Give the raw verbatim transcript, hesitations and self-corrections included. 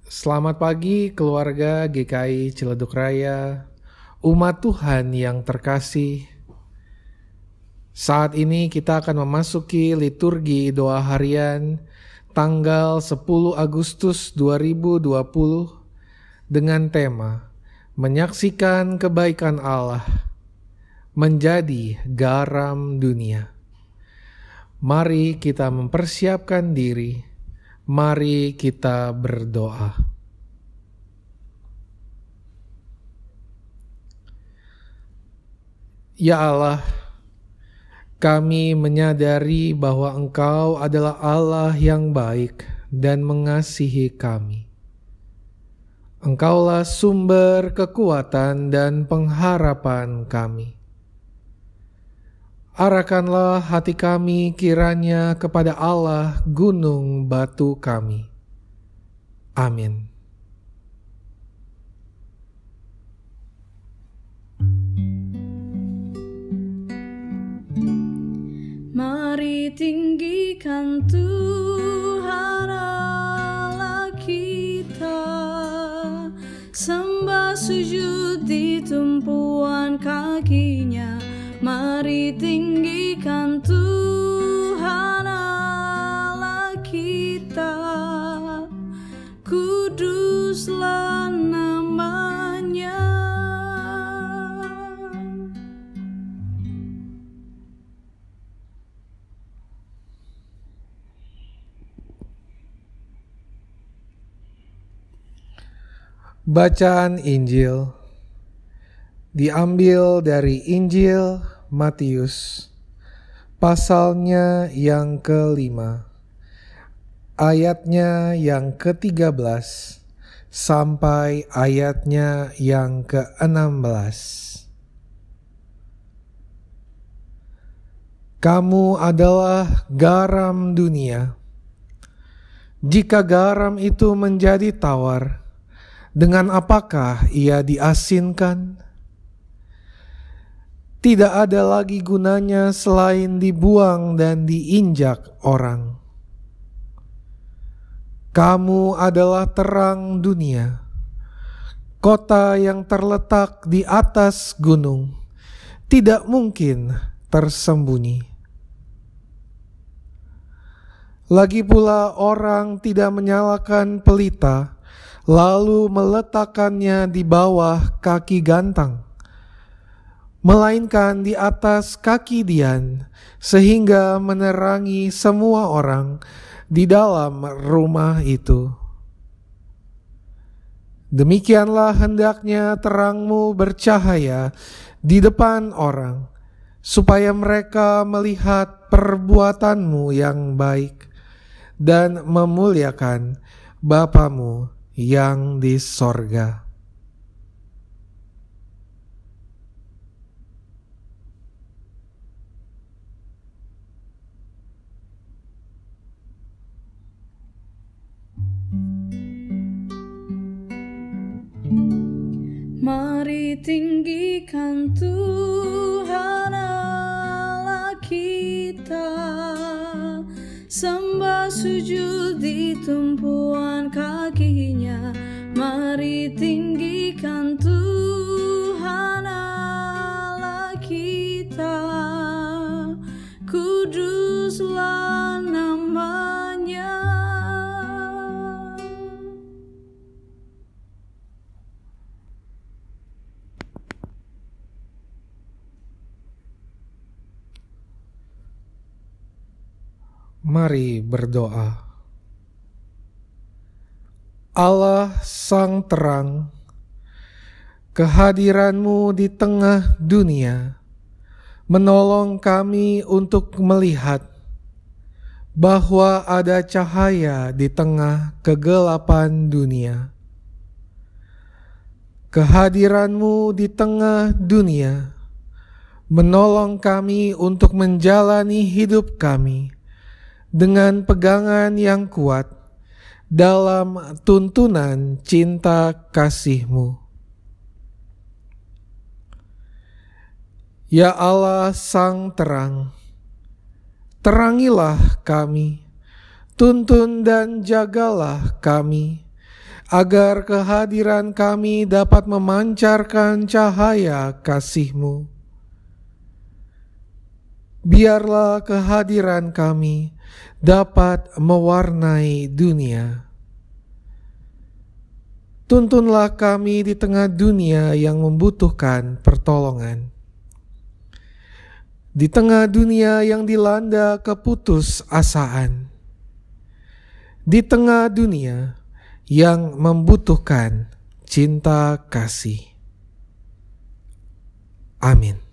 Selamat pagi keluarga G K I Ciledug Raya, umat Tuhan yang terkasih. Saat ini kita akan memasuki liturgi doa harian tanggal sepuluh Agustus dua ribu dua puluh dengan tema Menyaksikan Kebaikan Allah, menjadi garam dunia. Mari kita mempersiapkan diri. Mari kita berdoa. Ya Allah, kami menyadari bahwa Engkau adalah Allah yang baik dan mengasihi kami. Engkaulah sumber kekuatan dan pengharapan kami. Arahkanlah hati kami kiranya kepada Allah gunung batu kami. Amin. Mari tinggikan Tuhan Allah kita, sembah sujud di tumpuan kakinya. Mari tinggikan Tuhan Allah kita, kuduslah namanya. Bacaan Injil diambil dari Injil Matius, pasalnya yang kelima, ayatnya yang ketiga belas sampai ayatnya yang keenam belas. Kamu adalah garam dunia. Jika garam itu menjadi tawar, dengan apakah ia diasinkan? Tidak ada lagi gunanya selain dibuang dan diinjak orang. Kamu adalah terang dunia, kota yang terletak di atas gunung, tidak mungkin tersembunyi. Lagi pula orang tidak menyalakan pelita, lalu meletakkannya di bawah kaki gantang, melainkan di atas kaki dian, sehingga menerangi semua orang di dalam rumah itu. Demikianlah hendaknya terangmu bercahaya di depan orang, supaya mereka melihat perbuatanmu yang baik dan memuliakan Bapamu yang di sorga. Mari tinggikan Tuhan Allah kita, sembah sujud di tumpuan kakinya. Mari tinggikan Tuhan Allah kita, kuduslah namanya. Mari berdoa. Allah Sang Terang, kehadiran-Mu di tengah dunia menolong kami untuk melihat bahwa ada cahaya di tengah kegelapan dunia. Kehadiran-Mu di tengah dunia menolong kami untuk menjalani hidup kami dengan pegangan yang kuat dalam tuntunan cinta kasih-Mu. Ya Allah Sang Terang, terangilah kami, tuntun dan jagalah kami, agar kehadiran kami dapat memancarkan cahaya kasih-Mu. Biarlah kehadiran kami dapat mewarnai dunia. Tuntunlah kami di tengah dunia yang membutuhkan pertolongan. Di tengah dunia yang dilanda keputusasaan. Di tengah dunia yang membutuhkan cinta kasih. Amin.